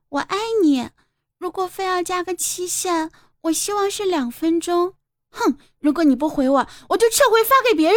我爱你，如果非要加个期限，我希望是2分钟。哼，如果你不回我，我就撤回发给别人。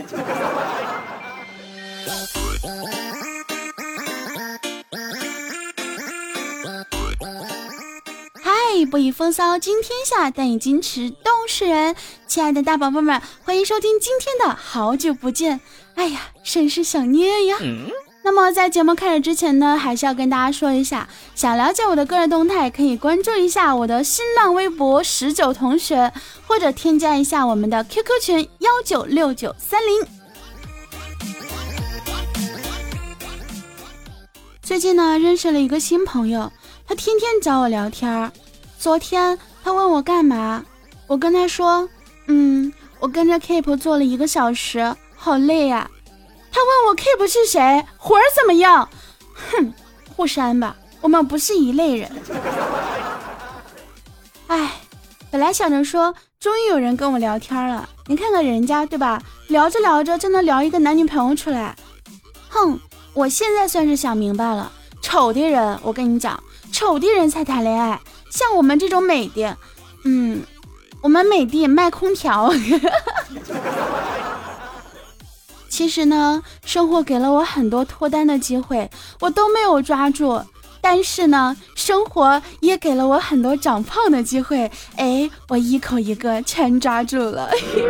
嗨，不以风骚惊天下，但以矜持动世人。亲爱的大宝贝们，欢迎收听今天的好久不见。哎呀，甚是想念呀。那么在节目开始之前呢，还是要跟大家说一下，想了解我的个人动态，可以关注一下我的新浪微博19同学，或者添加一下我们的 QQ 群196930。最近呢，认识了一个新朋友，他天天找我聊天。昨天他问我干嘛，我跟他说，我跟着 Keep 做了1个小时，好累呀。他问我 Keep 是谁，活儿怎么样？哼，互删吧，我们不是一类人。哎，本来想着说终于有人跟我聊天了，你看看人家对吧，聊着聊着就能聊一个男女朋友出来。哼，我现在算是想明白了，丑的人，我跟你讲，丑的人才谈恋爱，像我们这种美的，我们美的卖空调。其实呢，生活给了我很多脱单的机会，我都没有抓住。但是呢，生活也给了我很多长胖的机会，我一口一个全抓住了。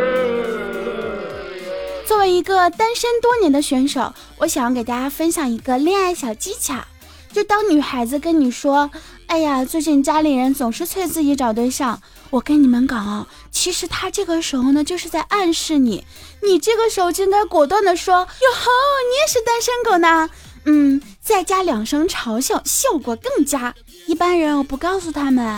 作为一个单身多年的选手，我想要给大家分享一个恋爱小技巧。就当女孩子跟你说，哎呀，最近家里人总是催自己找对象，我跟你们讲啊，其实他这个时候呢，就是在暗示你，你这个时候就应该果断的说，哟吼，你也是单身狗呢，再加2声嘲笑，效果更佳。一般人我不告诉他们。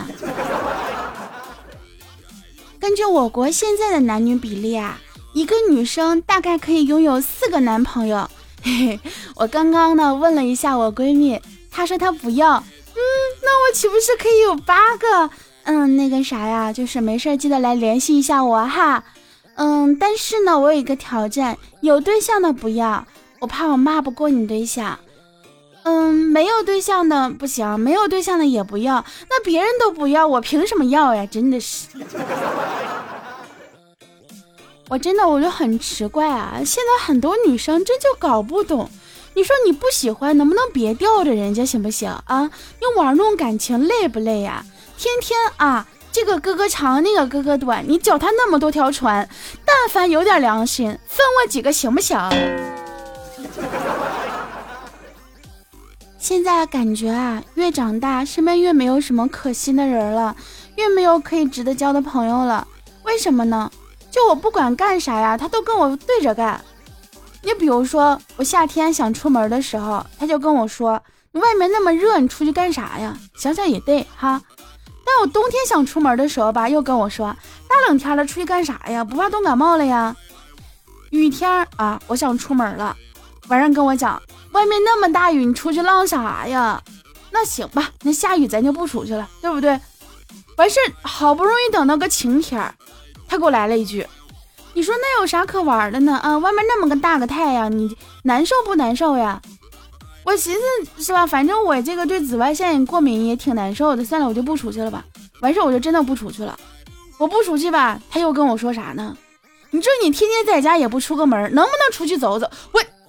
根据我国现在的男女比例啊，一个女生大概可以拥有4个男朋友。嘿嘿，我刚刚呢问了一下我闺蜜，她说她不要。那我岂不是可以有8个？那个啥呀，就是没事记得来联系一下我哈。但是呢，我有一个条件，有对象的不要，我怕我骂不过你对象。没有对象的不行，没有对象的也不要，那别人都不要，我凭什么要呀？真的是。我就很奇怪啊，现在很多女生真就搞不懂，你说你不喜欢能不能别吊着人家行不行啊？你玩弄感情累不累呀？天天啊，这个哥哥长那个哥哥短，你脚踏那么多条船，但凡有点良心，分我几个行不行？现在感觉啊，越长大身边越没有什么可惜的人了，越没有可以值得交的朋友了。为什么呢？就我不管干啥呀，他都跟我对着干。你比如说我夏天想出门的时候，他就跟我说，你外面那么热，你出去干啥呀？想想也对哈。但我冬天想出门的时候吧，又跟我说，大冷天的出去干啥呀？不怕冻感冒了呀？雨天啊，我想出门了，晚上跟我讲，外面那么大雨，你出去浪啥呀？那行吧，那下雨咱就不出去了，对不对？完事好不容易等到个晴天，他给我来了一句，你说那有啥可玩的呢？外面那么个大个太阳，你难受不难受呀？我寻思是吧，反正我这个对紫外线过敏也挺难受的，算了，我就不出去了吧。完事我就真的不出去了。我不出去吧，他又跟我说啥呢？你说你天天在家也不出个门，能不能出去走走？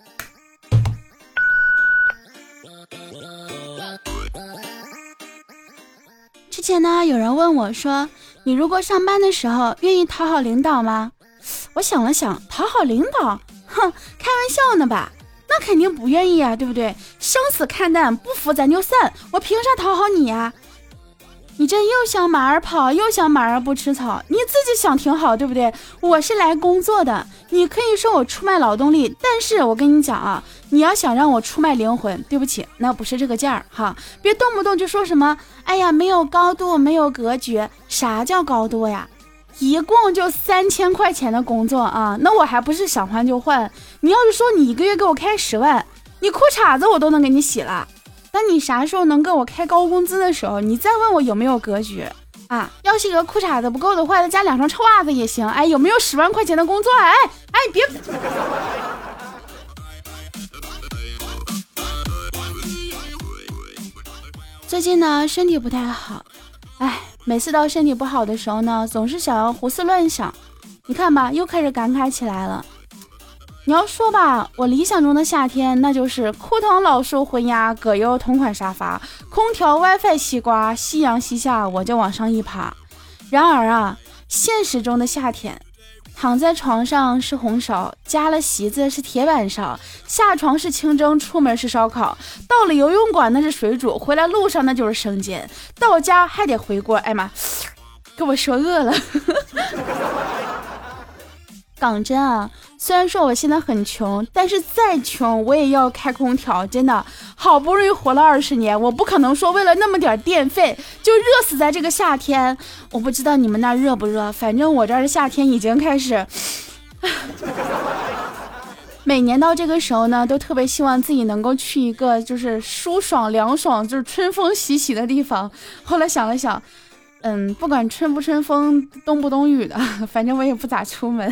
之前呢，有人问我说，你如果上班的时候愿意讨好领导吗？我想了想，讨好领导？哼，开玩笑呢吧？那肯定不愿意啊，对不对？生死看淡，不服咱就散，我凭啥讨好你呀？你这又想马儿跑，又想马儿不吃草，你自己想挺好，对不对？我是来工作的，你可以说我出卖劳动力，但是我跟你讲啊，你要想让我出卖灵魂，对不起，那不是这个价儿哈。别动不动就说什么，哎呀，没有高度，没有格局。啥叫高度呀？一共就3000块钱的工作啊，那我还不是想换就换？你要是说你1个月给我开10万，你裤衩子我都能给你洗了。当你啥时候能给我开高工资的时候，你再问我有没有格局啊？要是一个裤衩子不够的话，再加2双臭袜子也行。有没有10万块钱的工作？别。 最近呢身体不太好，每次到身体不好的时候呢，总是想要胡思乱想。你看吧，又开始感慨起来了。你要说吧，我理想中的夏天，那就是裤裆老树昏鸦，葛优同款沙发，空调 WiFi 西瓜，夕阳西下我就往上一趴。然而啊，现实中的夏天，躺在床上是红烧，加了席子是铁板烧，下床是清蒸，出门是烧烤，到了游泳馆那是水煮，回来路上那就是生煎，到家还得回锅。哎妈，给我说饿了。讲真啊，虽然说我现在很穷，但是再穷我也要开空调，真的好不容易活了20年，我不可能说为了那么点电费就热死在这个夏天。我不知道你们那热不热，反正我这儿的夏天已经开始每年到这个时候呢，都特别希望自己能够去一个就是舒爽凉爽，就是春风习习的地方。后来想了想，不管春不春风，冬不冬雨的，反正我也不咋出门。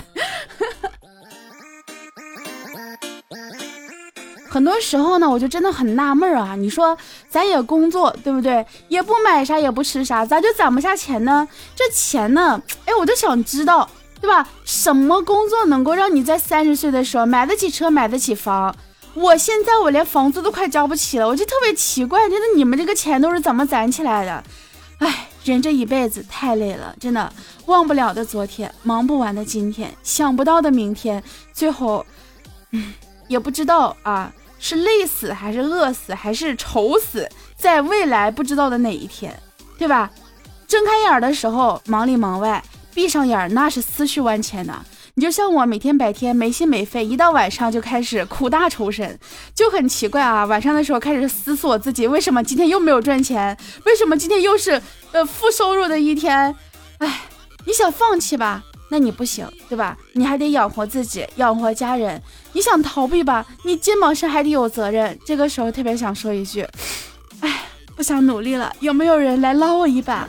很多时候呢，我就真的很纳闷啊，你说咱也工作，对不对？也不买啥，也不吃啥，咋就攒不下钱呢？这钱呢，我就想知道，对吧？什么工作能够让你在30岁的时候买得起车，买得起房？我现在我连房租都快交不起了，我就特别奇怪，真的你们这个钱都是怎么攒起来的？人这一辈子太累了，真的忘不了的昨天，忙不完的今天，想不到的明天，最后也不知道啊，是累死还是饿死还是愁死，在未来不知道的哪一天，对吧？睁开眼的时候忙里忙外，闭上眼那是思绪万千的。你就像我每天白天没心没肺，一到晚上就开始苦大仇深，就很奇怪啊。晚上的时候开始思索自己，为什么今天又没有赚钱，为什么今天又是负收入的一天。你想放弃吧，那你不行，对吧？你还得养活自己，养活家人。你想逃避吧，你肩膀上还得有责任。这个时候特别想说一句，不想努力了，有没有人来捞我一把？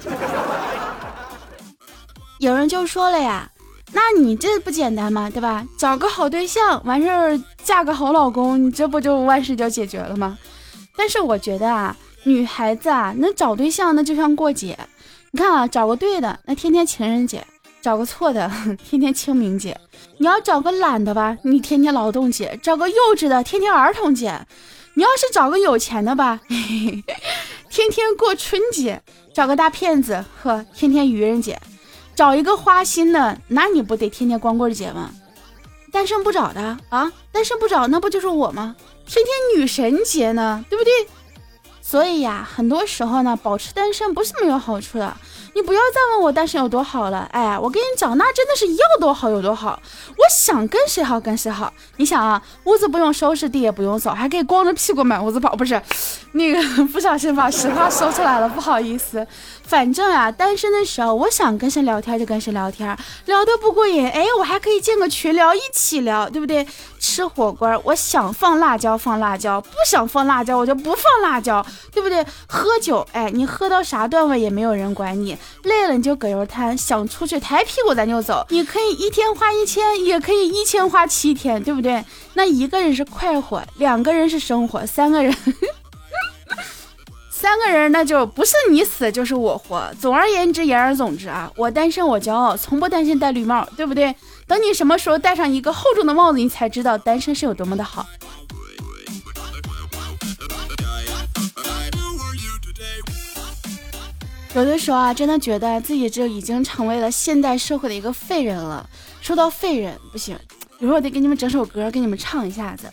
有人就说了呀，那你这不简单吗？对吧？找个好对象，完事儿嫁个好老公，你这不就万事就解决了吗？但是我觉得啊，女孩子啊，那找对象那就像过节。你看啊，找个对的，那天天情人节；找个错的，天天清明节。你要找个懒的吧，你天天劳动节；找个幼稚的，天天儿童节。你要是找个有钱的吧，天天过春节；找个大骗子，天天愚人节。找一个花心的，那你不得天天光棍节吗？单身不找的啊，单身不找，那不就是我吗？天天女神节呢，对不对？所以呀，很多时候呢，保持单身不是没有好处的。你不要再问我单身有多好了，我跟你讲，那真的是要多好有多好。我想跟谁好跟谁好。你想啊，屋子不用收拾，地也不用扫，还可以光着屁股满屋子跑，不是那个不小心把实话说出来了，不好意思。反正啊，单身的时候，我想跟谁聊天就跟谁聊天，聊得不过瘾，我还可以建个群聊，一起聊，对不对？吃火锅，我想放辣椒放辣椒，不想放辣椒我就不放辣椒，对不对？喝酒，你喝到啥段位也没有人管你，累了你就葛优瘫，想出去抬屁股咱就走。你可以一天花1000，也可以1000花7天，对不对？那一个人是快活，2个人是生活，3个人3个人那就不是你死就是我活。总而言之，言而总之啊，我单身我骄傲，从不担心戴绿帽，对不对？等你什么时候戴上一个厚重的帽子，你才知道单身是有多么的好。有的时候啊，真的觉得自己就已经成为了现代社会的一个废人了。说到废人，不行，一会儿我得给你们整首歌，给你们唱一下子。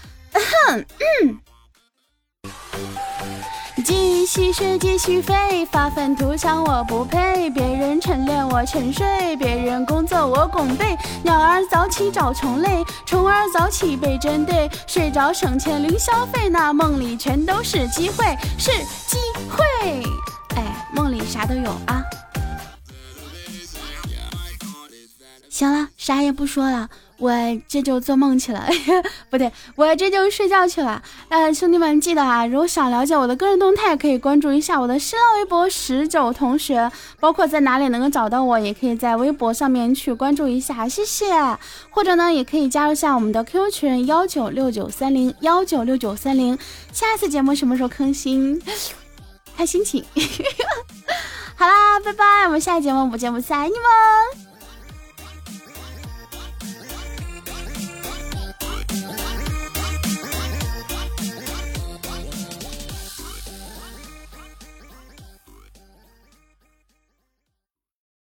继续学继续飞，发愤图强我不配，别人晨练我沉睡，别人工作我拱背，鸟儿早起找虫类，虫儿早起被针对，睡着省钱零消费，那梦里全都是机会，是机会。梦里啥都有啊。行了，啥也不说了，我这就做梦去了不对，我这就睡觉去了。兄弟们记得啊，如果想了解我的个人动态，可以关注一下我的新浪微博19同学，包括在哪里能够找到我，也可以在微博上面去关注一下，谢谢。或者呢，也可以加入下我们的 QQ 群196930196930。下次节目什么时候更新看心情。好啦，拜拜，我们下期节目不见不散，爱你们。